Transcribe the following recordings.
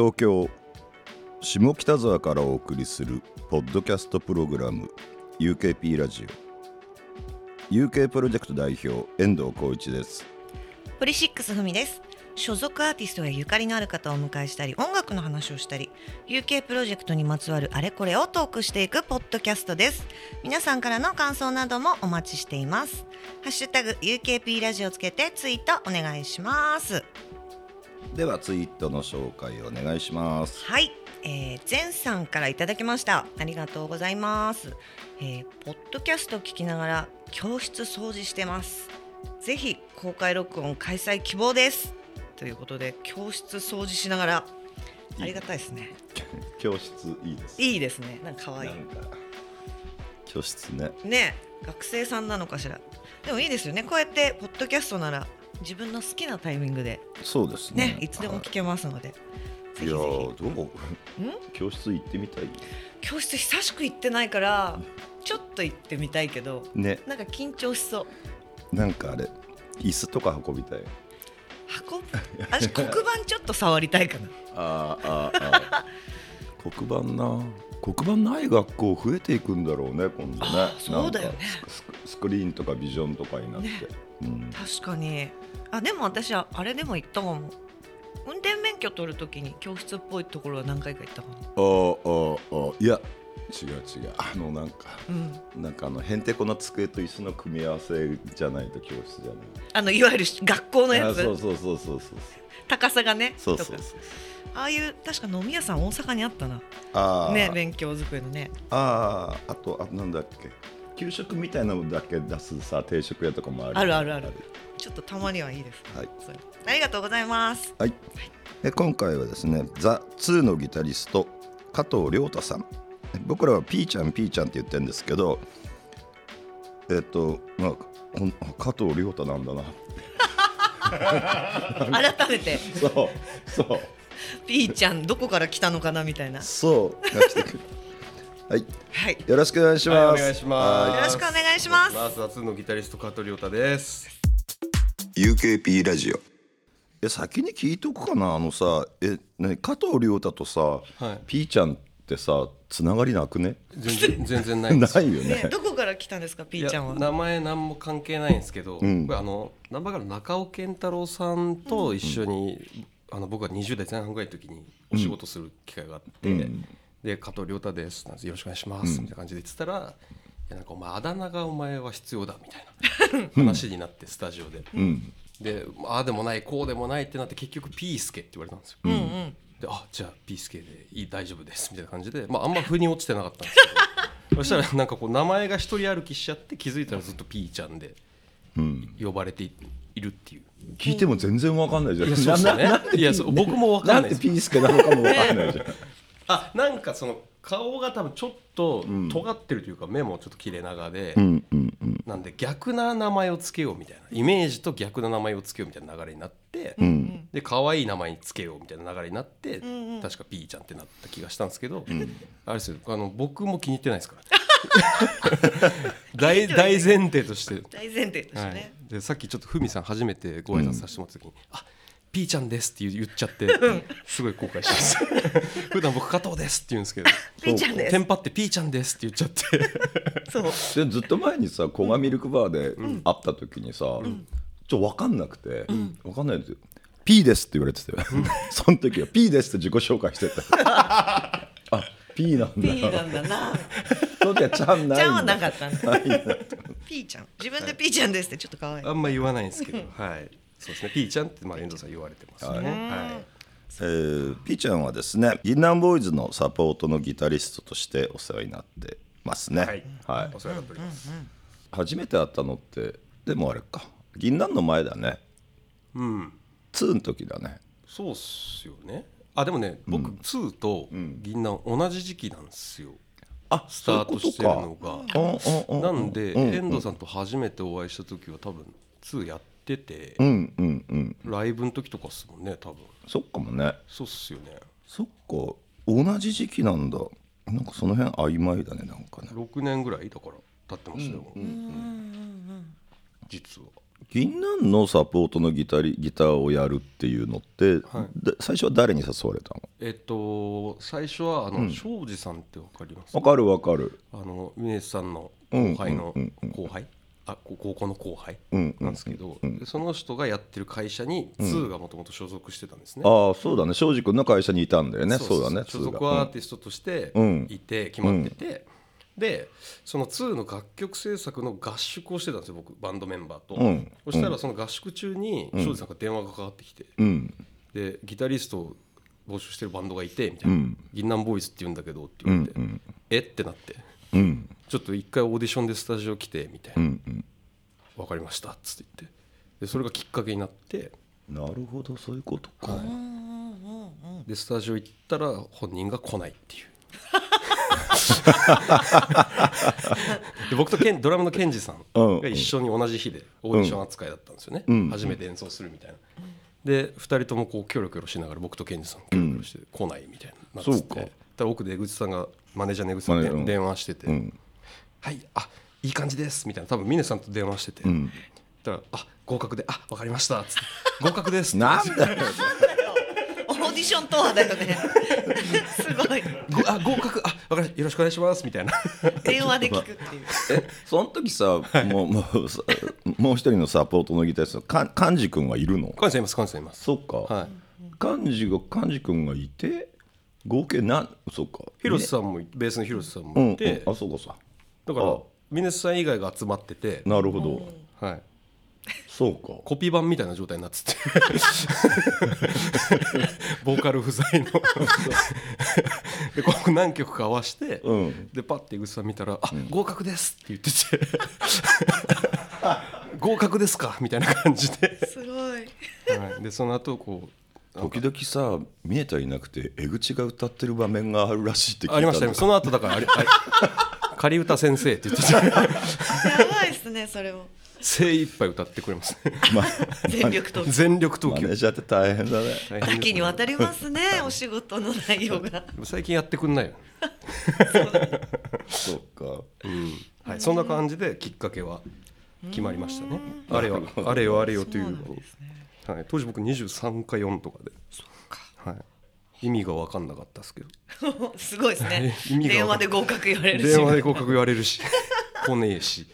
東京下北沢からお送りするポッドキャストプログラム UKP ラジオ UK プロジェクト代表遠藤浩一です。 ポリシックスふみです。所属アーティストやゆかりのある方をお迎えしたり、音楽の話をしたり、 UK プロジェクトにまつわるあれこれをトークしていくポッドキャストです。皆さんからの感想などもお待ちしています。ハッシュタグ UKP ラジオをつけてツイートお願いします。 ではツイートの紹介をお願いします。 はい、前さんからいただきました。ありがとうございます。ポッドキャストを聞きながら教室掃除してます。ぜひ公開録音開催希望ですということで、教室掃除しながら、ありがたいですね。 教室いいです。 いいですね。なんか可愛い。 なんか教室ね。 ね、学生さんなのかしら。でもいいですよね。こうやってポッドキャストなら自分の好きなタイミングで、 そうですね。 いつでも聞けますので。ぜひぜひ。 いやどう教室行ってみたい。 教室久しく行ってないからちょっと行ってみたいけど、 ね、 なんか緊張しそう。 なんかあれ椅子とか運びたい。 私黒板ちょっと触りたいかな。 黒板ない学校増えていくんだろうね今度ね。 そうだよね。 スクリーンとかビジョンとかになって、ね、 確かに。でも私はあれでも行ったかも。運転免許取るときに教室っぽいところは何回か行ったかも。 いや違うなんかへんてこな机と椅子の組み合わせじゃないと教室じゃない。 いわゆる学校のやつ。 そう高さがね。 そうああいう確か飲み屋さん大阪にあったな。ね、勉強机のね。 あとなんだっけ、給食みたいなのだけ出すさ定食屋とかもある。 ある。ちょっとたまにはいいです、ね。 はい。 ありがとうございます。 はい。今回はですね、ザ・ツーのギタリスト加藤亮太さん。僕らはピーちゃんって言ってるんですけど、加藤亮太なんだな。 改めて。 そう。 ピーちゃんどこから来たのかなみたいな。 そうがしてくる。はい、よろしくお願いします。 はい、お願いします。 よろしくお願いします。 ザ・ツーのギタリスト加藤亮太です。 UKP ラジオ。先に聞いとくかな。加藤亮太とさ、 はい、 ピーちゃんってさつながりなくね。 全然ないです。 ないよね。 どこから来たんですかピーちゃんは。 名前何も関係ないんですけど、これナンバーガール中尾健太郎さんと一緒に、僕が20代前半ぐらいの時にお仕事する機会があって、で加藤亮太ですなんてよろしくお願いしますみたいな感じで言ってたら、なんかあだ名がお前は必要だみたいな話になってスタジオで、でああでもないこうでもないってなって結局ピースケって言われたんですよ。でじゃあピースケで大丈夫ですみたいな感じで、あんま腑に落ちてなかったんですけどそしたらなんか名前が一人歩きしちゃって気づいたらずっとピーちゃんで呼ばれているっていう。 聞いても全然わかんないじゃん。 いや僕もわかんないです。 なんでピースケなのかもわかんないじゃん。 なんかその顔が多分ちょっと尖ってるというか、目もちょっと切れ長で、なんで逆な名前をつけようみたいなイメージと逆な名前をつけようみたいな流れになって、で可愛い名前につけようみたいな流れになって、確かピーちゃんってなった気がしたんですけど、あれですよ、僕も気に入ってないですから大前提としてね、でさっきちょっとふみさん初めてご挨拶させてもらった時に、ピーちゃんですって言っちゃってすごい後悔します普段僕加藤ですって言うんですけど、 ピーちゃんですテンパってピーちゃんですって言っちゃってそうでずっと前にさコガミルクバーで会った時にさ、分かんなくて、分かんないですよ、ピーですって言われてたよその時はピーですって自己紹介してたピーなんだなその時はちゃんないんだ。 ちゃんはなかったんだピーちゃん、自分でピーちゃんですってちょっと可愛い。 あんま言わないんですけどはいそうですね、ピーちゃんって遠藤さん言われてますね。 ピーちゃんはですね、銀杏ボーイズのサポートのギタリストとしてお世話になってますね。 はい、お世話になっております。 初めて会ったのってでもあれか、銀杏の前だね。2の時だね。 そうっすよね。でもね、僕2と銀杏同じ時期なんですよ。スタートしてるのが。なんで遠藤さんと初めてお会いした時は多分2やってて、ライブの時とかっすもんね、多分。 そっかもね。 そうっすよね。 そっか、同じ時期なんだ。なんかその辺曖昧だね、なんかね。 6年ぐらいだから経ってましたよ、実は。 銀杏のサポートのギターをやるっていうのって、最初は誰に誘われたの？ 最初は庄司さんってわかりますか？ わかるわかる。 峰さんの後輩の後輩、高校の後輩なんですけど、でその人がやってる会社に2がもともと所属してたんですね。 ああそうだね、庄司君の会社にいたんだよね。そうだね、 所属アーティストとしていて決まってて、でその2の楽曲制作の合宿をしてたんですよ、僕バンドメンバーと。そしたらその合宿中に庄司さんから電話がかかってきて、でギタリストを募集してるバンドがいてみたいな、銀杏ボーイズって言うんだけどって言って、えってなって、ちょっと一回オーディションでスタジオ来てみたいな、分かりましたっつって言って、でそれがきっかけになって、 なるほど、そういうことか。 でスタジオ行ったら本人が来ないっていうで僕とドラムのケンジさんが一緒に同じ日でオーディション扱いだったんですよね、初めて演奏するみたいな。で2人ともこうキョロキョロしながら僕とケンジさんキョロキョロして来ないみたいななってて、ただ奥で江口さんがマネージャーの江口さんに電話してて、はいいい感じですみたいな、多分峰さんと電話してて、だから合格で分かりましたっつって合格ですってなんだよオーディションとはだよねすごい合格分かりよろしくお願いしますみたいな電話で聞くっていうその時さもう一人のサポートのギタリスト幹事君はいるの？ 幹事さんいます、幹事さんいます。 そっか、はい、幹事君がいて合計そっか、 広瀬さんもベースの広瀬さんもいて、 あそうかさ、 だから峰さん以外が集まってて、 なるほど、 はい、 そうか、 コピー版みたいな状態になっててボーカル不在のでここ何曲か合わせて、でパッて江口さん見たら合格ですって言ってて合格ですかみたいな感じですごい、 はい、でその後こう時々さ見えたりなくて江口が歌ってる場面があるらしいって聞いた。 ありましたね。その後だから仮歌先生って言ってたやばいっすね、それも精一杯歌ってくれますね全力投球全力投球。 マネージャーって大変だね。 多岐にわたりますねお仕事の内容が最近やってくんないよそうか、 はい、そんな感じできっかけは決まりましたね。あれよあれよあれよというのに、はい、当時僕23か4とかで、はい、意味が分かんなかったですけどすごいですね電話で合格言われるし、 電話で合格言われるし来ねえし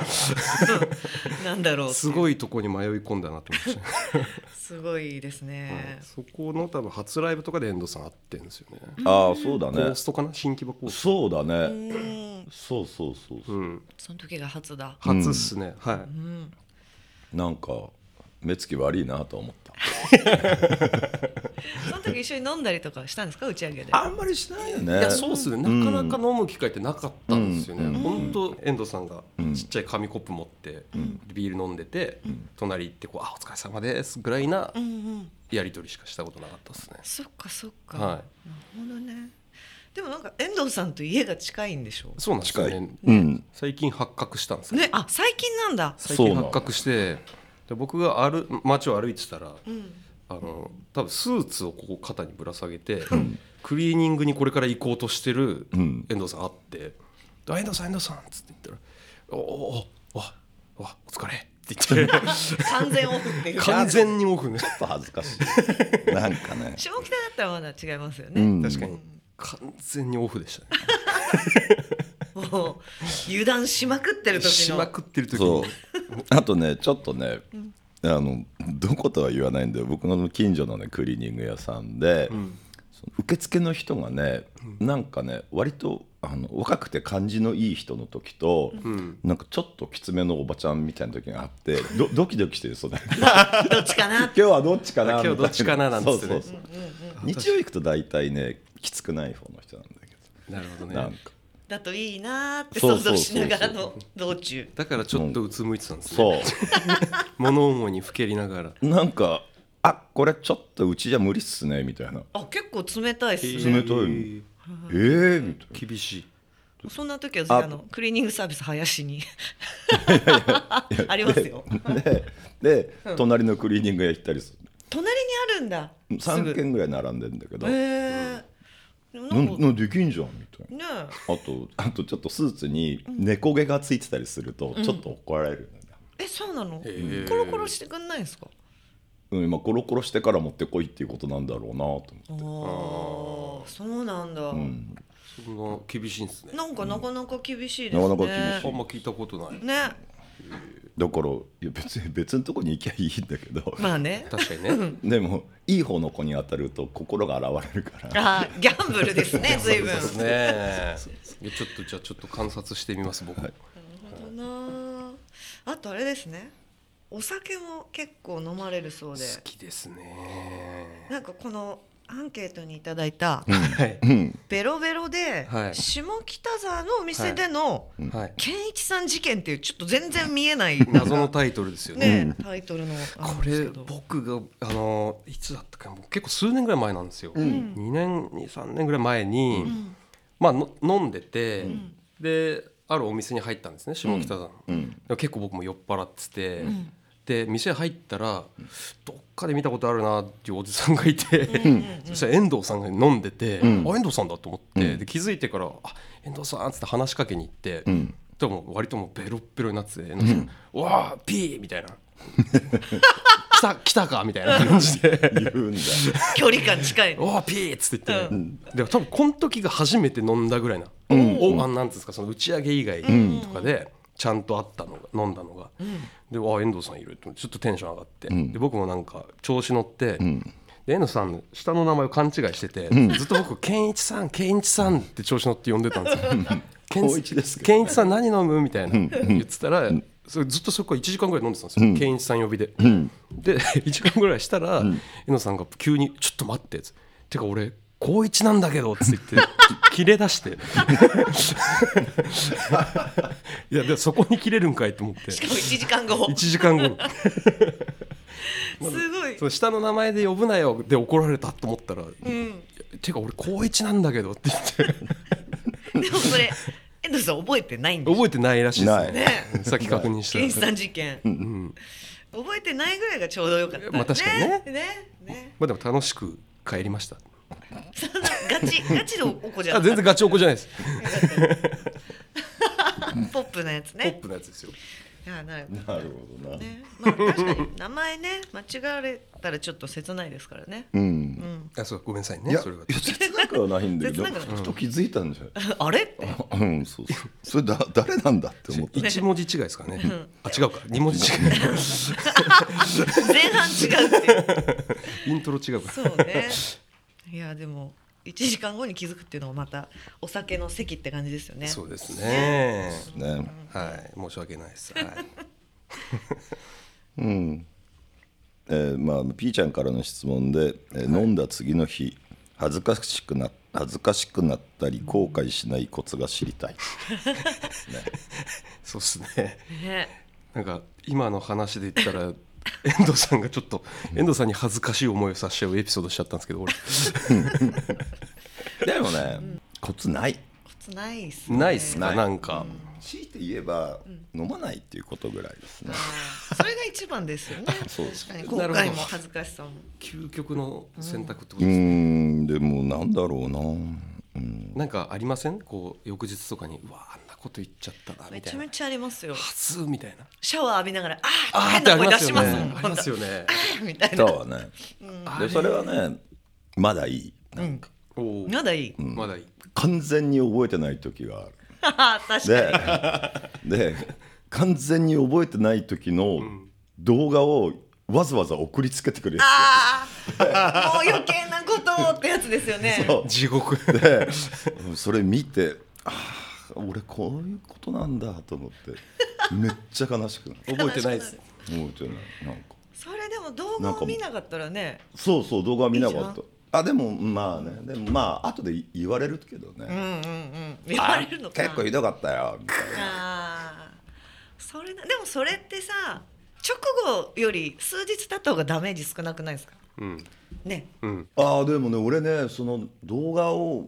なんだろう、 すごいとこに迷い込んだなと思ってすごいですね、 そこの多分初ライブとかで遠藤さん会ってるんですよね。 ああそうだね、 コーストかな、新規場コースト。 そうだね、そう、 その時が初だ、 初っすね、はい、 なんか目つき悪いなと思ったその時一緒に飲んだりとかしたんですか、打ち上げで。 あんまりしないよね。 いやそうっすね、なかなか飲む機会ってなかったんですよね。本当遠藤さんがちっちゃい紙コップ持ってビール飲んでて、隣行ってこうお疲れ様ですぐらいなやり取りしかしたことなかったですね。 そっかそっか、 はい、 なるほどね。でもなんか遠藤さんと家が近いんでしょ？ そうなんですよね、最近発覚したんですね。あ、最近なんだ。 最近発覚して、で僕が街を歩いてたら、多分スーツをここ肩にぶら下げて、クリーニングにこれから行こうとしてる遠藤さん会って、遠藤さん遠藤さんっつって言ったらお疲れって言って完全オフっていう完全にオフね。 ちょっと恥ずかしいなんかね下北だったらまだ違いますよね、 確かに完全にオフでしたねもう油断しまくってる時のしまくってる時そうにあとねちょっとね、どことは言わないんだよ、僕の近所のねクリーニング屋さんで、その受付の人がね、なんかね割と若くて感じのいい人の時と、なんかちょっときつめのおばちゃんみたいな時があってドキドキしてる。そうだどっちかな今日はどっちかな今日どっちかななんつってね。 そう日曜行くと大体ねきつくない方の人なんだけど、 なるほどね。 なんかだといいなって想像しながらの道中。 だからちょっとうつむいてたんですね。 そう物思いにふけりながらなんかこれちょっとうちじゃ無理っすねみたいな。 あ、結構冷たいっすね。 冷たいのみたいな厳しい。 そんな時はクリーニングサービス林にありますよ。 で、隣のクリーニング屋行ったりする。 隣にあるんだ。 3軒ぐらい並んでるんだけど、 なんできんじゃんみたいな、あとちょっとスーツに猫毛がついてたりするとちょっと怒られるんだ、 そうなの？コロコロしてくんないんですか？ まあ、コロコロしてから持ってこいっていうことなんだろうなと思って。そうなんだ、 そんな厳しいんですね。 なんかなかなか厳しいですね、 なかなか厳しい。 あんま聞いたことないね。 だからいや別のとこに行きゃいいんだけど、 まあね、 確かにねでもいい方の子に当たると心が現れるからあ、ギャンブルですね随分。 そうですね。ちょっと観察してみます僕。 なるほどな。あとあれですね、お酒も結構飲まれるそうで。 好きですね。 なんかこのアンケートにいただいた、ベロベロで、下北沢のお店での健一さん事件っていうちょっと全然見えない謎のタイトルですよね。 タイトルのこれ僕がいつだったか結構数年ぐらい前なんですよ。2年3年ぐらい前に、まあ飲んでて、であるお店に入ったんですね、下北沢の。結構僕も酔っ払ってて。で店入ったらどっかで見たことあるなっていうおじさんがいて、そしたら遠藤さんが飲んでて、あ、遠藤さんだと思って、で気づいてからあ、遠藤さんっつって話しかけに行って、でも割ともうベロッベロになってて、遠藤さん、うわーピーみたいな来たかみたいな感じで言うんだ距離感近い、 うわーピーっつって言って、で多分この時が初めて飲んだぐらいな、なんですか、その打ち上げ以外とかでちゃんとあったのが飲んだのが、で遠藤さんいるってちょっとテンション上がって、で僕もなんか調子乗って、で遠藤さんの下の名前を勘違いしてて、ずっと僕健一さんって調子乗って呼んでたんですよ。健一さん何飲むみたいな言ってたら、それずっとそこ1時間ぐらい飲んでたんですよ、健一さん呼びで。で1時間ぐらいしたら、遠藤さんが急にちょっと待っててか俺高一なんだけどって言って切れ出していやでそこに切れるんかいと思って、 しかも1時間後 1時間後すごい、 その下の名前で呼ぶなよで怒られたと思ったら、てか俺高一なんだけどって言ってでもそれ遠藤さん覚えてないんです覚えてないらしいですね。さっき確認した健一さん事件、覚えてないぐらいがちょうどよかった、 まあ確かにね。まあでも楽しく帰りました。 そんなガチのお子じゃない。 全然ガチおこじゃないです。 ポップなやつね。 ポップなやつですよ。 いやなるほどな、 まあ、確かに名前ね間違われたらちょっと切ないですからね。 そうごめんなさいね。 いや切なくはないんだけどふと気づいたんじゃあれって、 そうそれ誰なんだって思って。 1文字違いですかね。あ違うか2文字違い前半違うっていうイントロ違うからそうね。いやでも1時間後に気づくっていうのがまたお酒の席って感じですよね。 そうですね。 はい、 申し訳ないです。はい。 まあピーちゃんからの質問で、飲んだ次の日恥ずかしくなったり後悔しないコツが知りたい。 そうですね。なんか今の話で言ったら。遠藤さんがちょっと遠藤さんに恥ずかしい思いをさせちゃうエピソードしちゃったんですけど俺でもね、コツないないっすね。 ないっすか。なんか強いて言えば、飲まないっていうことぐらいですね。 それが一番ですよね。 そうですね。 後悔も恥ずかしさも究極の選択ってことですね。 でもなんだろうな、 なんかありません？こう翌日とかにうわあんなこと言っちゃったなみたいな。 めちゃめちゃありますよ。 初みたいな。 シャワー浴びながらあ変な声出しますもん。 ありますよね。 みたいな。 そうね。でそれはねまだいい。 まだいい。 まだいい。 完全に覚えてない時がある。 確かに。で完全に覚えてない時の動画をわざわざ送りつけてくるやつ。もう余計なことってやつですよね。 地獄でそれ見て俺こういうことなんだと思ってめっちゃ悲しくなる。 覚えてないです。 覚えてない。なんかそれでも動画を見なかったらね。 そう動画見なかった。でもまあね、でもまあ後で言われるけどね。 言われるのか。 結構ひどかったよみたいな。でもそれってさ直後より数日経った方がダメージ少なくないですか。ね。 でもね俺ねその動画を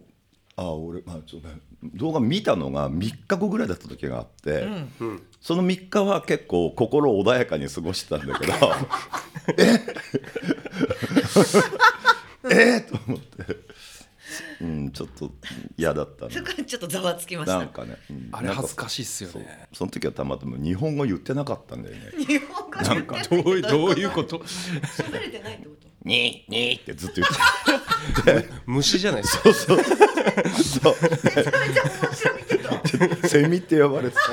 動画見たのが3日後ぐらいだった時があって、その3日は結構心穏やかに過ごしてたんだけどと思ってちょっと嫌だったね。 そこはちょっとざわつきました。 なんかね、 あれ恥ずかしいっすよね。 その時はたまたま日本語言ってなかったんだよね。 日本語なんかどういうこと？ 喋れてないってこと？ にーってずっと言って虫じゃないですか。 そうめちゃめちゃ面白いけどセミって呼ばれて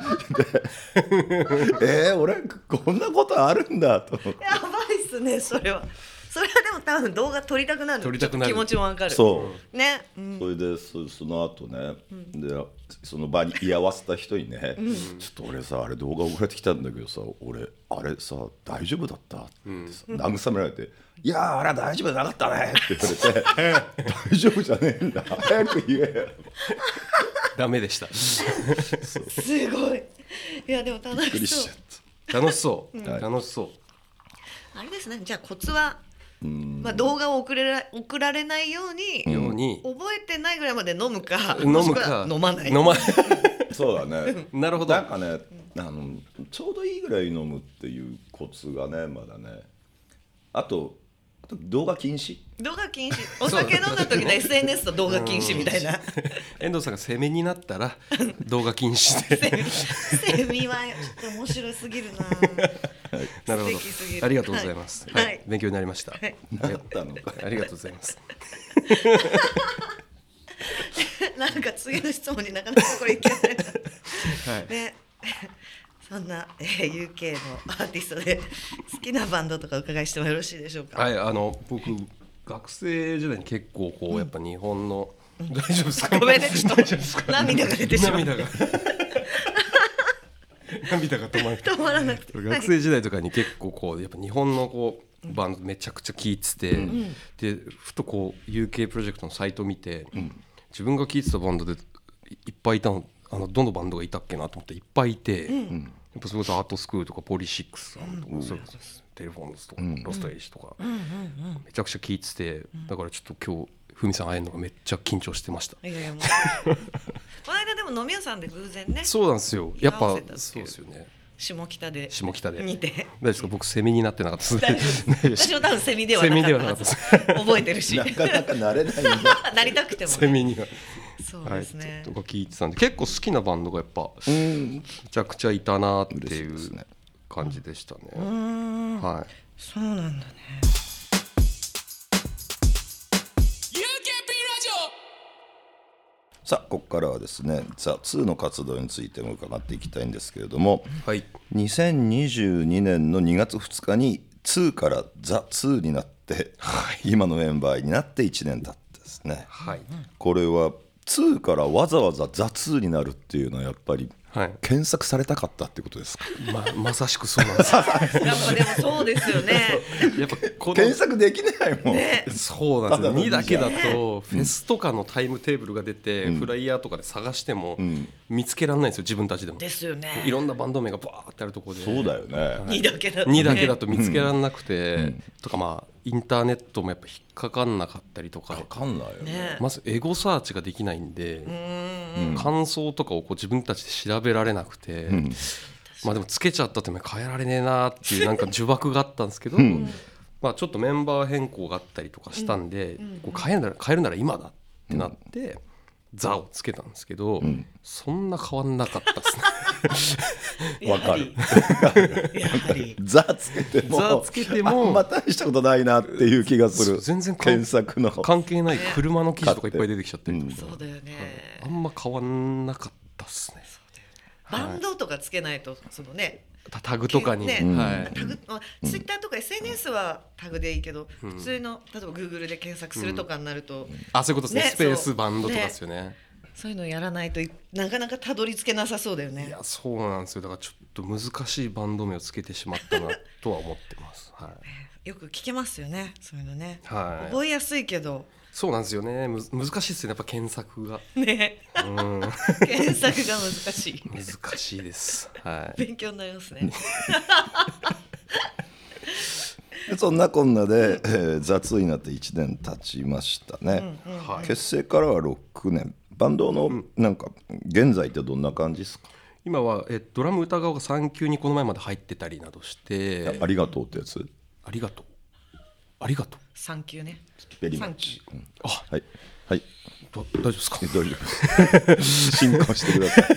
た俺こんなことあるんだと思って。 やばいっすね、それはでも多分動画撮りたくなる。 撮りたくなる気持ちもわかる。 そうね、 それでその後ね、でその場に居合わせた人にね、ちょっと俺さあれ動画送られてきたんだけどさ、俺あれさ大丈夫だったってさ、慰められて、いやーあれは大丈夫じゃなかったねって言われて大丈夫じゃねえんだ早く言えよダメでした。 すごい。いやでも楽びっくりしそうしちゃった。 楽しそう、 はい楽しそう。 あれですね。じゃあコツは、動画を送られないように、 ように覚えてないぐらいまで飲むか、 飲むもしくかは飲まない。 そうだねなるほど。 なんかね、ちょうどいいぐらい飲むっていうコツがねまだね。あと動画禁止。 動画禁止。お酒飲んだ時の SNS と動画禁止みたいな。 遠藤さんが攻めになったら動画禁止でセミはちょっと面白すぎるな。 なるほ素敵すぎるど。ありがとうございます。 はいはい、勉強になりました。 はいなったのか。 ありがとうございます。 なんか次の質問になかなかこれいけないな。 はい。 ね。そんな、UK のアーティストで好きなバンドとかお伺いしてもよろしいでしょうか。 はい、僕学生時代に結構こうやっぱ日本の、大丈夫ですか？ ごめんね、ちょっと涙が出てしまう。 涙が止まる。 止まらなくて。 学生時代とかに結構こうやっぱ日本のこうバンドめちゃくちゃ聴いてて、でふとこう UK プロジェクトのサイトを見て、自分が聴いてたバンドでいっぱいいたの、どのバンドがいたっけなと思っていっぱいいて、やっぱそれこそアートスクールとかポリシックスさんとか、それこそテレフォンズとか、ロストエイジとか、めちゃくちゃ聴いてて、だからちょっと今日ふみさん会えるのがめっちゃ緊張してました。 いやいやもうこの間でも飲み屋さんで偶然ね。 そうなんですよ。やっぱ居合わせたっていうそうですよね。 下北で下北で。 似て。 大丈夫ですか？僕セミになってなかったです。 大丈夫です私も多分セミではなかったセミではなかったです。 覚えてるしなかなか慣れないんだ。 なりたくてもね、 セミには。 そうですね、 はい、とか聞いてたんで結構好きなバンドがやっぱめちゃくちゃいたなっていう感じでしたね。はい。 そうなんだね。 さあここからはですねザ・2の活動についても伺っていきたいんですけれども、 はい、 2022年の2月2日に2からザ・2になって、今のメンバーになって1年経ってですね、これは2からわざわざザ・2になるっていうのはやっぱり検索されたかったってことですか？ まさしくそうなんですよ。 やっぱでもそうですよね。 やっぱ検索できないもん、 ね、 そうなんですよ。2だけだとフェスとかのタイムテーブルが出て、フライヤーとかで探しても見つけられないんですよ、自分たちでも。ですよね。いろんなバンド名がバーってあるところで。 そうだよね、 2だけだと、 2だけだと見つけられなくて、とかまあインターネットもやっぱ引っかかんなかったりとか、 分かんないよね。 まずエゴサーチができないんで、感想とかをこう自分たちで調べられなくて、まあでもつけちゃったって変えられねえなっていうなんか呪縛があったんですけど、まあちょっとメンバー変更があったりとかしたんで、こう変えるなら今だってなって、ザをつけたんですけど、そんな変わんなかったですね。わかる。 やはりザつけてもあんま大したことないなっていう気がする。 全然検索の関係ない車の記事とかいっぱい出てきちゃってる。 そうだよね。 あんま変わんなかったですね。 バンドとかつけないとそのね。 タグとかに、 ね、タグ、ツイッターとか SNS はタグでいいけど、普通の例えば Google で検索するとかになると、 そういうことですね。スペースバンドとかですよね。 そういうのやらないとなかなかたどり着けなさそうだよね。 いやそうなんですよ。だからちょっと難しいバンド名をつけてしまったなとは思ってます。 よく聞けますよね、そういうのね。 覚えやすいけど。 そうなんですよね。難しいですよね。やっぱ検索が。 ね。検索が難しい。 難しいです。 勉強になりますね。 そんなこんなで、雑になって1年経ちましたね。結成からは6年。バンドのなんか現在ってどんな感じですか？ 今はドラム歌顔が3級にこの前まで入ってたりなどして。 ありがとうってやつ？ ありがとう。3級ね。 ベリーマッチ。はい。 はい、 大丈夫ですか？ 大丈夫です進行してください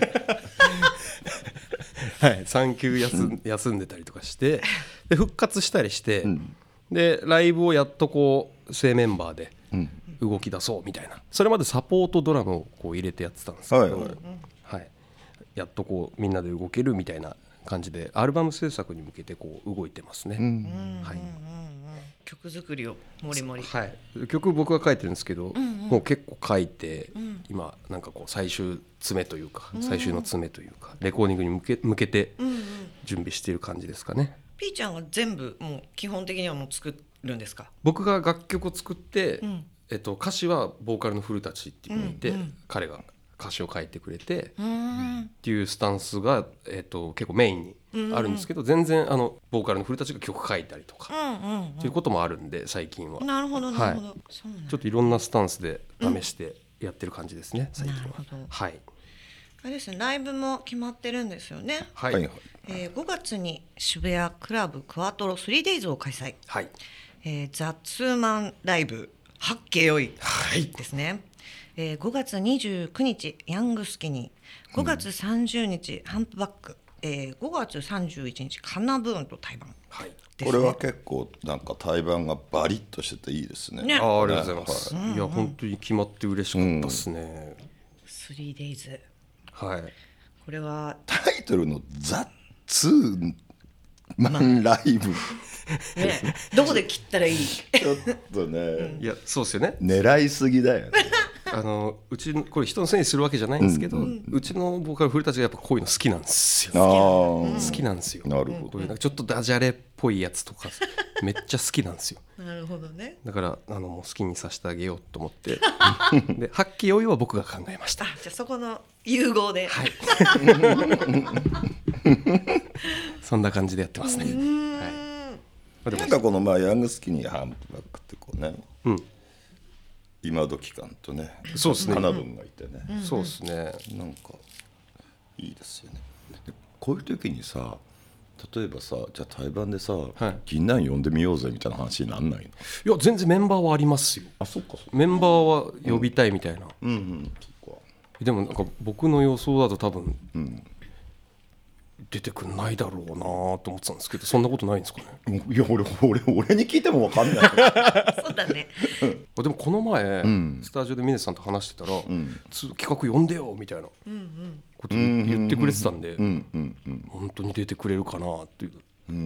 はい、産休休んでたりとかしてで復活したりして、でライブをやっとこう正メンバーで動き出そうみたいな、それまでサポートドラムをこう入れてやってたんですけど、はい、やっとこうみんなで動けるみたいな感じでアルバム制作に向けてこう動いてますね。はい、 曲作りをもりもり、 はい、曲僕が書いてるんですけど、もう結構書いて、今なんかこう最終詰めというか、最終の詰めというかレコーディングに向けて準備している感じですかね。 ピーちゃんが全部もう基本的にはもう作るんですか？ 僕が楽曲を作って、歌詞はボーカルの古舘っていうのがいて、彼が歌詞を書いてくれてっていうスタンスが、結構メインにあるんですけど、全然ボーカルの古舘が曲書いたりとかっていうこともあるんで、最近は。 なるほどなるほど、 そうなんだ。ちょっといろんなスタンスで試してやってる感じですね、最近は。 なるほど。 はい、 あれですね、ライブも決まってるんですよね。 はい、 5月に渋谷クラブクワトロ 3days を開催、 はい、 ザ・ツーマンライブはっけよいですね。5月29日ヤングスキニー、5月30日ハンプバック、5月31日カナブーンと対バン、 はい、 これは結構なんか対バンがバリッとしてていいですね。 ありがとうございます。いや本当に決まって嬉しかったですね。 3days、 はい、 これはタイトルのザ・ツーマンライブ、 ね、どこで切ったらいいちょっとね、 いやそうですよね、 狙いすぎだよねうちのこれ人のせいにするわけじゃないんですけど、うちのボーカル古舘がやっぱこういうの好きなんですよ。好きなんですよ。 なるほど。 こういうなんかちょっとダジャレっぽいやつとかめっちゃ好きなんですよ。 なるほどね。 だからもう好きにさせてあげようと思ってではっきよいは僕が考えました。 じゃあそこの融合で、 はいそんな感じでやってますね。はい、 なんかこのヤングスキニーハンプバックってこうね、今時感とね、 そうですね、 カナブンがいてね、 そうですね、 なんかいいですよね。でこういう時にさ、例えばさ、じゃあ対バンでさ、銀杏呼んでみようぜみたいな話になんないの？ いや全然メンバーはありますよ。 あ、そっかメンバーは呼びたいみたいな。 そっか。 でもなんか僕の予想だと多分、出てくんないだろうなと思ってたんですけど、そんなことないんですかね。 いや俺に聞いても分かんないそうだねでもこの前、スタジオで峰さんと話してたら、企画呼んでよみたいなこと言ってくれてたんで、本当に出てくれるかなっていう。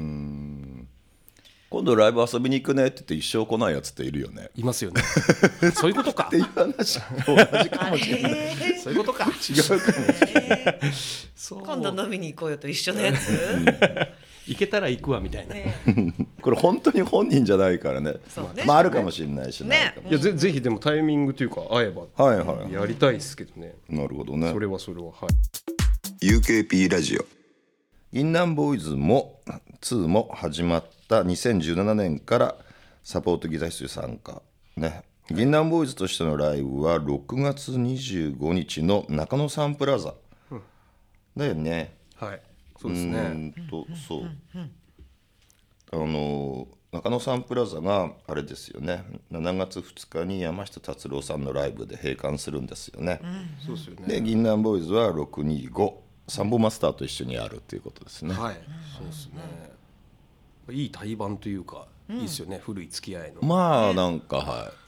今度ライブ遊びに行くねって言って一生来ないやつっているよね。 いますよねそういうことかっていう話同じかもしれないそういうことか、 違うかもしれない、 今度飲みに行こうよと一緒のやつ行けたら行くわみたいな、 これ本当に本人じゃないからね、あるかもしれないしね。 いやぜひでもタイミングというか合えばやりたいですけどね。 なるほどね。 それははい。 UKP ラジオ銀杏ボーイズも2も始まった2017年からサポートギタリストに参加ね。銀杏ボーイズとしてのライブは6月25日の中野サンプラザだよね。 はい、そうですね。 そう中野サンプラザがあれですよね、7月2日に山下達郎さんのライブで閉館するんですよね。 そうですよね。 で銀杏ボーイズは625サンボマスターと一緒にやるっていうことですね。 はい、そうですね。いい対バンというか、いいですよね、古い付き合いの。 まあなんか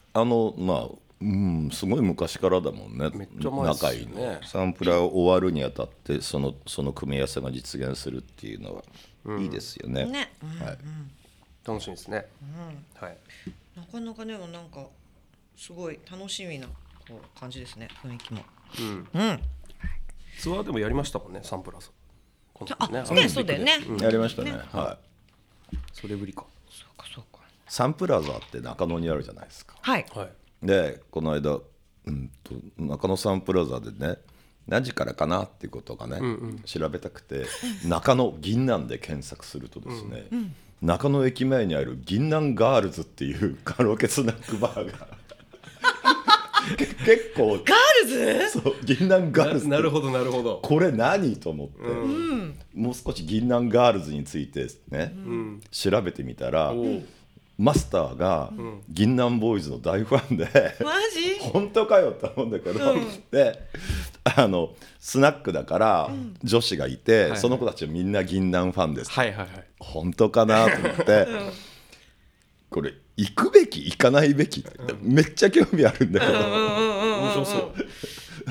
はいすごい昔からだもんね。 めっちゃ前ですよね。 仲いいね。サンプラー終わるにあたってその組み合わせが実現するっていうのはいいですよね。はい、 楽しみですね。はい。 なかなかでもなんかすごい楽しみな感じですね、雰囲気も。 ツアーでもやりましたもんね、サンプラザ。 そうだよね。 やりましたね。はい。 それぶりか。 そうか。 サンプラザって中野にあるじゃないですか。 はい。 でこの間中野サンプラザでね、何時からかなっていうことがね、調べたくて中野銀杏で検索するとですね、中野駅前にある銀杏ガールズっていうカラオケスナックバーが結構ガールズ？ そう、銀杏ガールズ。 なるほどなるほど。 これ何と思って、もう少し銀杏ガールズについてね、調べてみたらマスターが銀杏ボーイズの大ファンで、 マジ本当かよって思うんだけど、でスナックだから女子がいて、その子たちはみんな銀杏ファンです、本当かなと思って、これ行くべき行かないべき、めっちゃ興味あるんだけど、 面白そう。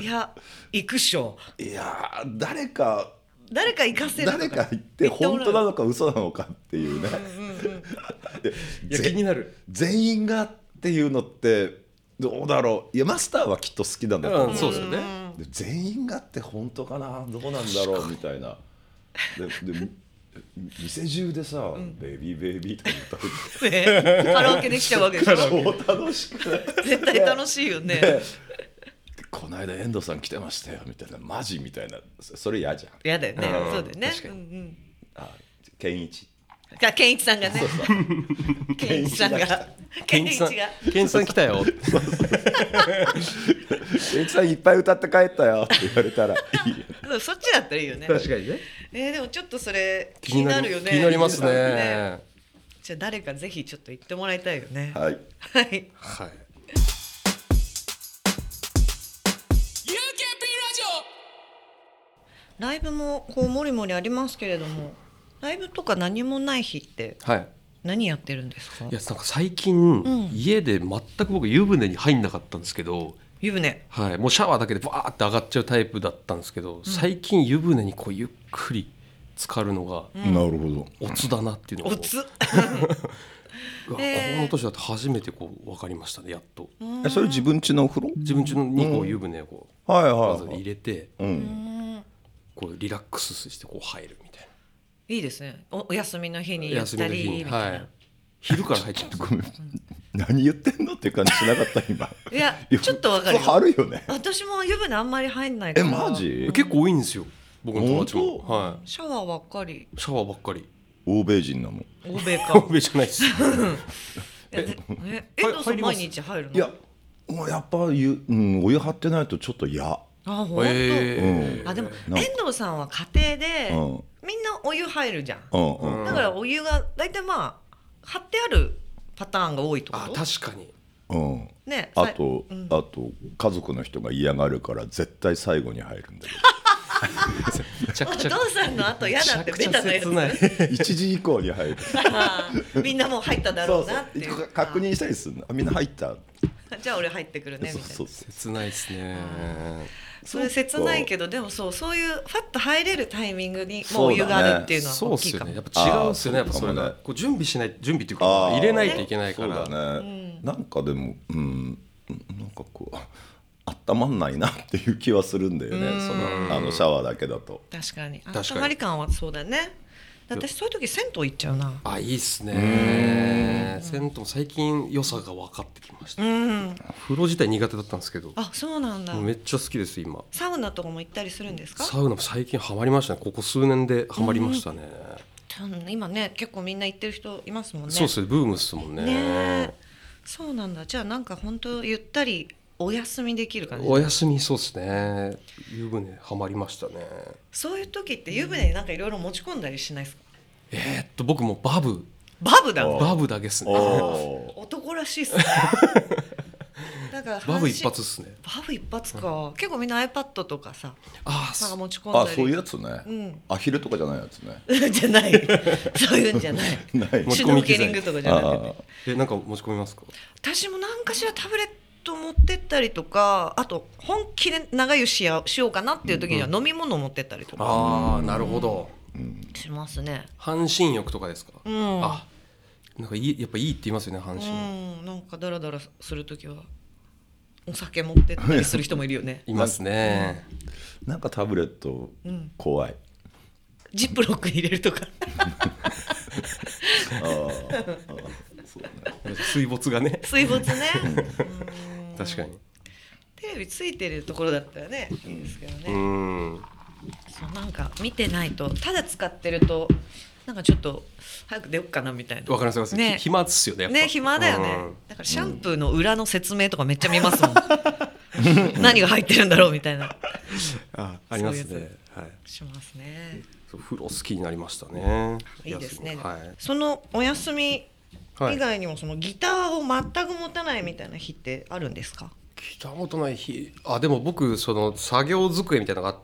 いや行くっしょ。 いや誰か行かせるとか、 誰か行って本当なのか嘘なのかっていうね、 いや気になる。 全員がっていうのってどうだろう。いやマスターはきっと好きなんだと思う、 そうですよね。 で全員がって本当かな、どうなんだろうみたいな。で店中でさ、ベビーベイビーとか歌うカラオケできちゃうわけでしょ。 超楽しくない絶対楽しいよね。 この間遠藤さん来てましたよみたいな、マジみたいな、それ嫌じゃん。 嫌だよね。そうだよね。 確かに。 健一健一さんがね。健一さんが。 健一さん来たよ。 健一さんいっぱい歌って帰ったよって言われたらいいよ。 そっちだったらいいよね。 確かにね。 でもちょっとそれ気になるよね。 気になりますね。 じゃあ誰かぜひちょっと言ってもらいたいよね。 はい。 はい。 はい。 ライブもこうもりもりありますけれども、ライブとか何もない日って何やってるんですか？ いやなんか最近、家で全く僕湯船に入んなかったんですけど、 湯船、 はい、もうシャワーだけでバーって上がっちゃうタイプだったんですけど、最近湯船にこうゆっくり浸かるのが、 なるほど、 おつだなっていうのがおつこの年だと初めてこう分かりましたね、やっと。 それ自分家のお風呂？ 自分家にこう湯船をこう、まず入れて、こうリラックスしてこう入るみたいな。 いいですね。お休みの日にやったりみたいな。 昼から入っちゃって、 ごめん、何言ってんのって感じしなかった今。 いやちょっと分かるよ。 あるよね。 私も湯船あんまり入んないから。 マジ？ 結構多いんですよ、僕の友達も。はい。 シャワーばっかり。 シャワーばっかり。 欧米人なの？ 欧米か。 欧米じゃないです。 遠藤さん毎日入るの？ いや、もうやっぱお湯張ってないとちょっと嫌。 あ、本当。あ、でも遠藤さんは家庭でみんなお湯入るじゃん。だからお湯が大体まあ張ってあるパターンが多いってこと？ あ、確かに。 ね、あと家族の人が嫌がるから絶対最後に入るんだけど。 お父さんの後嫌だってベタなやつ。 1時以降に入る。 みんなもう入っただろうなっていう。 確認したりするの。みんな入った。 じゃあ俺入ってくるねみたいな。 切ないですね。 それ切ないけど、でもそういうファッと入れるタイミングにもうお湯があるっていうのは大きいかも。 やっぱ違うんですよね。やっぱそれがこう準備っていうか入れないといけないから。 そうだね。なんかでもなんかこう温まんないなっていう気はするんだよね。そのシャワーだけだと。 確かに温まり感はそうだね。私そういう時銭湯行っちゃうな。 あ、いいっすね。銭湯最近良さが分かってきました。風呂自体苦手だったんですけど。 あ、そうなんだ。 めっちゃ好きです今。 サウナとかも行ったりするんですか？ サウナも最近ハマりましたね。ここ数年でハマりましたね。 今ね結構みんな行ってる人いますもんね。 そうですね、ブームですもんね。 そうなんだ。じゃあなんか本当ゆったりお休みできる感じ。 お休み、そうですね。湯船ハマりましたね。 そういう時って湯船になんかいろいろ持ち込んだりしないですか？ 僕もバブだけですね。 男らしいっすね。だからバブ一発っすね。 バブ一発か。結構みんな iPad とかさ、なんか持ち込んだり。 そういうやつね。アヒルとかじゃないやつね。 じゃない。そういうんじゃない。シュノーケリングとかじゃなくて。 なんか持ち込みますか？ 私も何かしらタブレット持ってったりとか、あと本気で長湯しようかなっていう時には飲み物持ってったりとか。 ああ、なるほど。 しますね。 半身浴とかですか？あ、なんかやっぱいいって言いますよね、半身浴。 なんかダラダラするときはお酒持ってったりする人もいるよね。 いますね。 なんかタブレット怖い。 ジップロックに入れるとか。 水没がね。 水没ね。 確かに。 テレビついてるところだったらね、いいんですけどね。そうなんか見てないと、ただ使ってるとなんかちょっと早く出よっかなみたいな。 わかりますね。暇ですよね。 ね、暇だよね。だからシャンプーの裏の説明とかめっちゃ見ますもん。何が入ってるんだろうみたいな。 ありますね。はい。 しますね。 風呂好きになりましたね。 いいですね。そのお休みはい以外にもそのギターを全く持たないみたいな日ってあるんですか？ ギター持たない日、でも僕その作業机みたいなのがあって、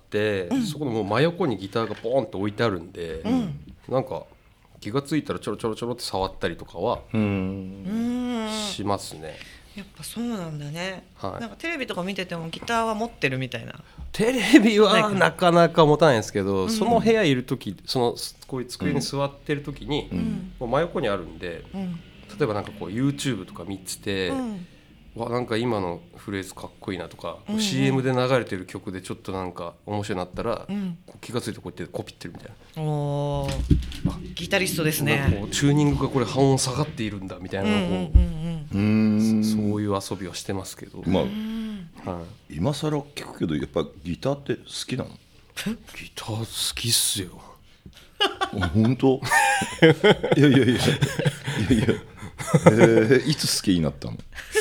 そこのもう真横にギターがポーンと置いてあるんで、なんか気がついたらちょろちょろちょろって触ったりとかはしますね。 やっぱそうなんだね、 はいなんかテレビとか見ててもギターは持ってるみたいな。 テレビはなかなか持たないんですけど、その部屋いる時、こういう机に座ってる時に、もう真横にあるんで、例えばなんかこう YouTube とか見てて、なんか今のフレーズかっこいいなとか、CM で流れてる曲でちょっとなんか面白いなったら、気がついてこうやってコピってるみたいな、 おギタリストですなんかね。 こうチューニングがこれ半音下がっているんだみたいなのを、そういう遊びはしてますけど、 まあはい、 今更聞くけどやっぱギターって好きなの？ ギター好きっすよ。 本当？いやいやいやいやいや、いつ好きになったの？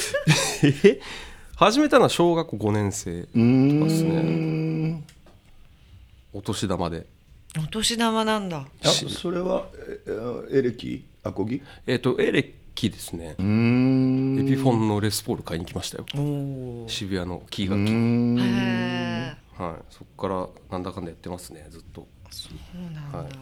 始めたのは小学校5年生ですね。お年玉で。 お年玉なんだ。 それはエレキ？アコギ？ エレキですね。エピフォンのレスポール買いに来ましたよ。渋谷のキー楽器。はい、そこからなんだかんだやってますね、ずっと。 そうなんだ、 はい、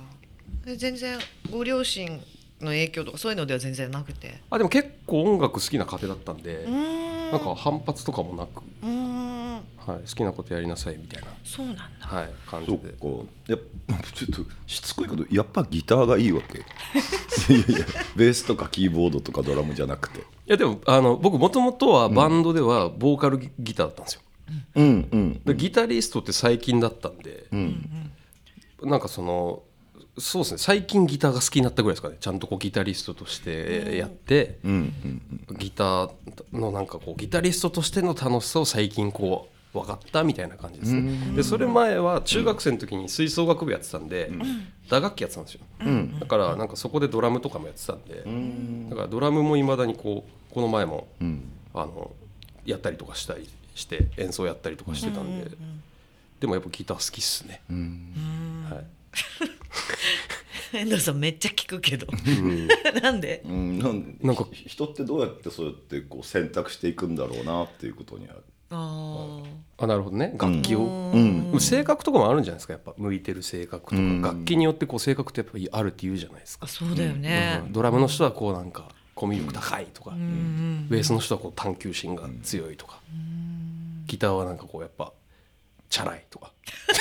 全然ご両親の影響とかそういうのでは全然なくて。 でも結構音楽好きな家庭だったんで、なんか反発とかもなく、はい、好きなことやりなさいみたいな、 そうなんだ、 はい、感じで。 そっか、ちょっとしつこいけどやっぱギターがいいわけ？いやいや、ベースとかキーボードとかドラムじゃなくて。 いやでも僕もともとはバンドではボーカルギターだったんですよ。でギタリストって最近だったんで、なんかそうですね、最近ギターが好きになったぐらいですかね。ちゃんとこうギタリストとしてやって、ギターのなんかこうギタリストとしての楽しさを最近こう分かったみたいな感じですね。でそれ前は中学生の時に吹奏楽部やってたんで、打楽器やってたんですよ。だからなんかそこでドラムとかもやってたんで、だからドラムもいまだにこの前もやったりとかしたりして演奏やったりとかしてたんで、でもやっぱギター好きっすね。はい。 遠藤さんめっちゃ聞くけど、なんで？ なんか人ってどうやってそうやってこう選択していくんだろうなっていうことにある。 なるほどね。楽器を、性格とかもあるんじゃないですか。やっぱ向いてる性格とか、楽器によってこう性格ってやっぱりあるって言うじゃないですか。 そうだよね、 ドラムの人はこうなんかコミュ力高いとか、ベースの人はこう探求心が強いとか、ギターはなんかこうやっぱチャラいとか。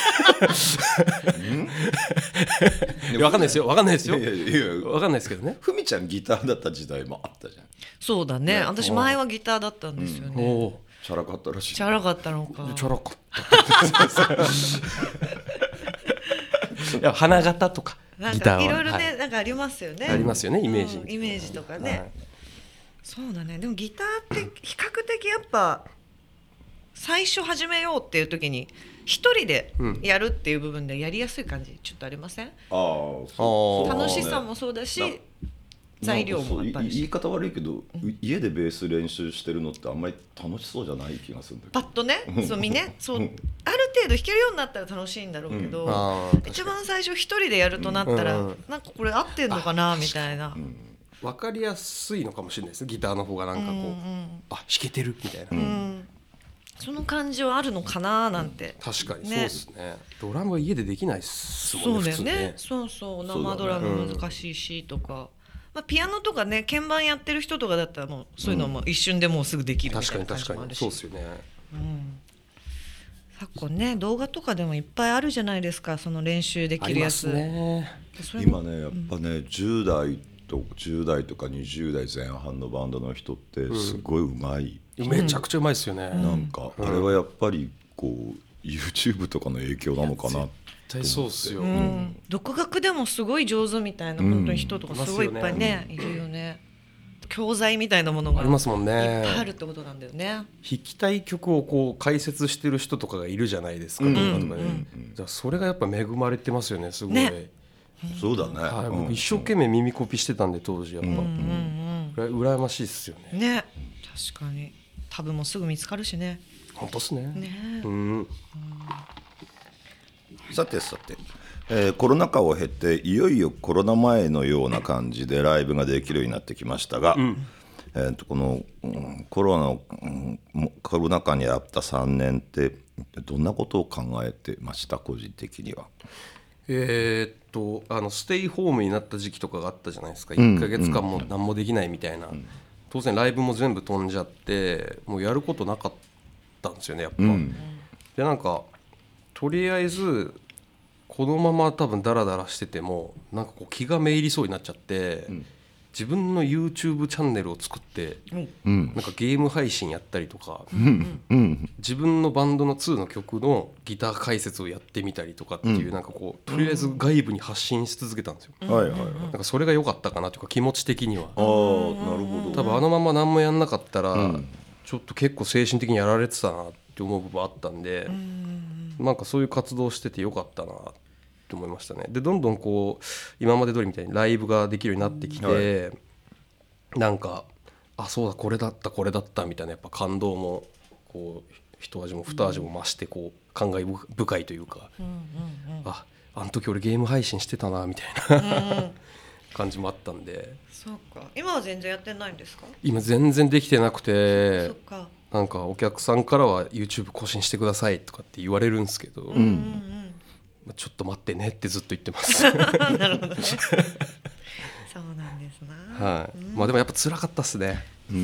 わかんないですよ。わかんないですよ。わかんないですけどね。 ふみちゃんギターだった時代もあったじゃん。 そうだね。私前はギターだったんですよね。 チャラかったらしい。 チャラかったのか。 チャラかった。いや花形とかギターはいろいろね、なんかありますよね。 ありますよね、イメージ。 イメージとかね。そうだね。でもギターって比較的やっぱ最初始めようっていう時に一人でやるっていう部分でやりやすい感じちょっとありません？楽しさもそうだし、材料もあったりし。 言い方悪いけど、家でベース練習してるのってあんまり楽しそうじゃない気がするんだけど。 パッとね、そうある程度弾けるようになったら楽しいんだろうけど、一番最初一人でやるとなったら、なんかこれ合ってんのかなみたいな。 分かりやすいのかもしれないですね。ギターの方がなんかこう、弾けてるみたいな。 その感じはあるのかななんて。 確かにそうですね。ドラムは家でできないっすもんね。 そうだよね。そう生ドラム難しいしとか、ピアノとかね、鍵盤やってる人とかだったらもうそういうのも一瞬でもうすぐできるみたいな感じもあるし。 そうですよね。 昨今ね、動画とかでもいっぱいあるじゃないですか、その練習できるやつ。 今ね、やっぱね、10代とか20代前半のバンドの人ってすごいうまい。 めちゃくちゃうまいですよね。 なんかあれはやっぱりこう YouTube とかの影響なのかな。 絶対そうっすよ。 独学でもすごい上手みたいな本当に人とかすごいいっぱいねいるよね。教材みたいなものがありますもんね。 いっぱいあるってことなんだよね。 弾きたい曲をこう解説してる人とかがいるじゃないですか。動画とかで。じゃあそれがやっぱ恵まれてますよね。すごい。 そうだね。 僕一生懸命耳コピしてたんで当時やっぱ羨ましいっすよね。 ね、確かに。タブもすぐ見つかるしね。 本当っすね。 さてコロナ禍を経ていよいよコロナ前のような感じでライブができるようになってきましたが、この、コロナ禍にあった3年ってどんなことを考えてました個人的には。 ステイホームになった時期とかがあったじゃないですか。1ヶ月間も何もできないみたいな、当然ライブも全部飛んじゃってもうやることなかったんですよねやっぱ、でなんかとりあえずこのまま多分ダラダラしててもなんかこう気がめいりそうになっちゃって、自分の YouTube チャンネルを作って、なんかゲーム配信やったりとか、自分のバンドの2の曲のギター解説をやってみたりとかっていう、なんかこうとりあえず外部に発信し続けたんですよ。なんかそれが良かったかなというか気持ち的には。 なるほど。 多分あのまま何もやんなかったら、ちょっと結構精神的にやられてたなって思う部分あったんで、なんかそういう活動してて良かったなって思いましたね。でどんどんこう今まで通りみたいにライブができるようになってきて、なんかそうだこれだったみたいなやっぱ感動もこう一味も二味も増してこう感慨深いというか、あの時俺ゲーム配信してたなみたいな感じもあったんで。 そうか。今は全然やってないんですか？ 今全然できてなくて、 そっか。 なんかお客さんからは YouTube 更新してくださいとかって言われるんですけど、ちょっと待ってねってずっと言ってますなるほどねそうなんですな。 まあでもやっぱ辛かったっすね。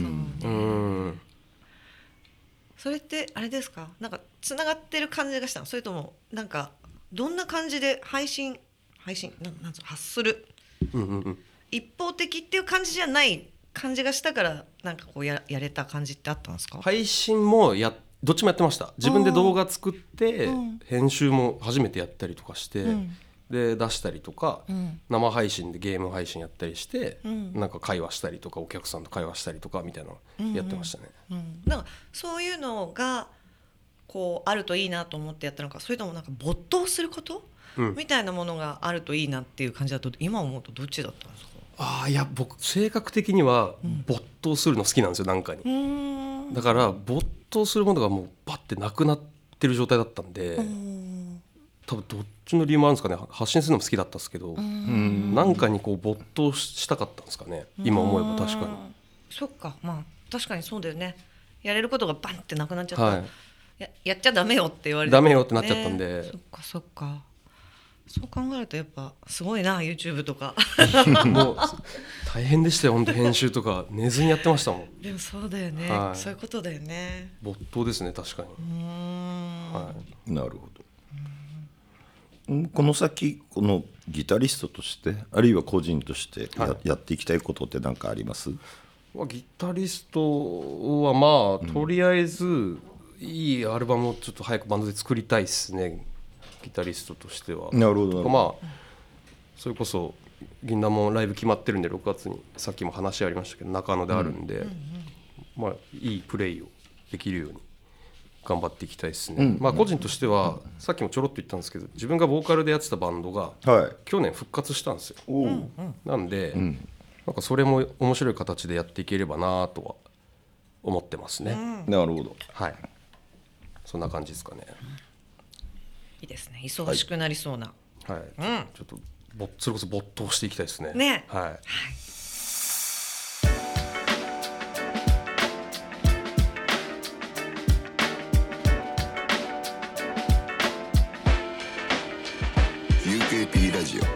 それってあれですか、なんかつながってる感じがしたの？それともなんかどんな感じで配信なん発する、一方的っていう感じじゃない感じがしたからなんかこう やれた感じってあったんですか？ 配信もどっちもやってました。自分で動画作って編集も初めてやったりとかして、で出したりとか、生配信でゲーム配信やったりして、なんか会話したりとかお客さんと会話したりとかみたいなのやってましたね。 なんかそういうのがこうあるといいなと思ってやったのか、それともなんか没頭すること、みたいなものがあるといいなっていう感じだと今思うとどっちだったんですか？ いや僕性格的には没頭するの好きなんですよ。なんかにだから没頭するものがもうバッてなくなってる状態だったんで、多分どっちの理由もあるんですかね。発信するのも好きだったんですけど、なんかにこう没頭したかったんですかね。今思えば確かに。 そっか、まあ確かにそうだよね。やれることがバンってなくなっちゃった、やっちゃダメよって言われて、 ダメよってなっちゃったんで、 そっかそう考えるとやっぱすごいな YouTube とかもう大変でしたよ本当。編集とか寝ずにやってましたもん。 でもそうだよね、そういうことだよね。 没頭ですね確かに。 なるほど。この先このギタリストとしてあるいは個人としてやっていきたいことって何かあります？ ギタリスとはまあ、とりあえずいいアルバムをちょっと早くバンドで作りたいですね。ギタリストとしては。 なるほど。 まあそれこそ銀杏もライブ決まってるんで6月にさっきも話ありましたけど中野であるんで、まあいいプレイをできるように頑張っていきたいですね。まあ個人としてはさっきもちょろっと言ったんですけど、自分がボーカルでやってたバンドが去年復活したんですよ。なんでなんかそれも面白い形でやっていければなとは思ってますね。 なるほど。 はい。そんな感じですかね。 いいですね。忙しくなりそうな。 はい。ちょっとそれこそ没頭していきたいですね。 ね。 はい。 UKP ラジオ。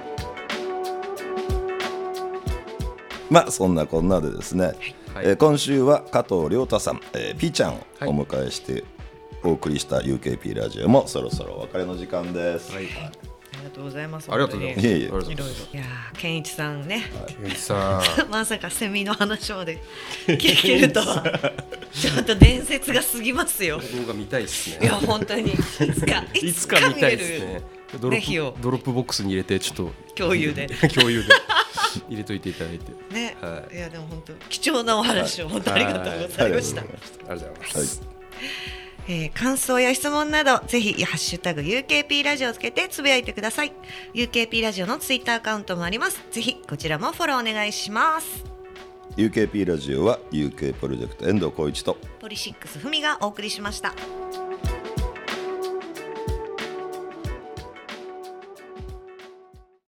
まあそんなこんなでですね、今週は加藤亮太さん、ピーちゃんをお迎えしてお送りした UKP ラジオもそろそろお別れの時間です。 ありがとうございます。 ありがとうございます。 いろいろ。いや健一さんね。 健一さん。 まさかセミの話まで聞けるとはちょっと伝説が過ぎますよ。 動画見たいですね。 いや本当にいつか見たいですね。ドロップボックスに入れてちょっと共有で入れといていただいてね。いやでも本当貴重なお話を本当ありがとうございました。 ありがとうございます。 感想や質問などぜひハッシュタグ UKP ラジオをつけてつぶやいてください。 UKP ラジオのツイッターアカウントもあります。ぜひこちらもフォローお願いします。 UKP ラジオは UK プロジェクト遠藤浩一とポリシックスふみがお送りしました。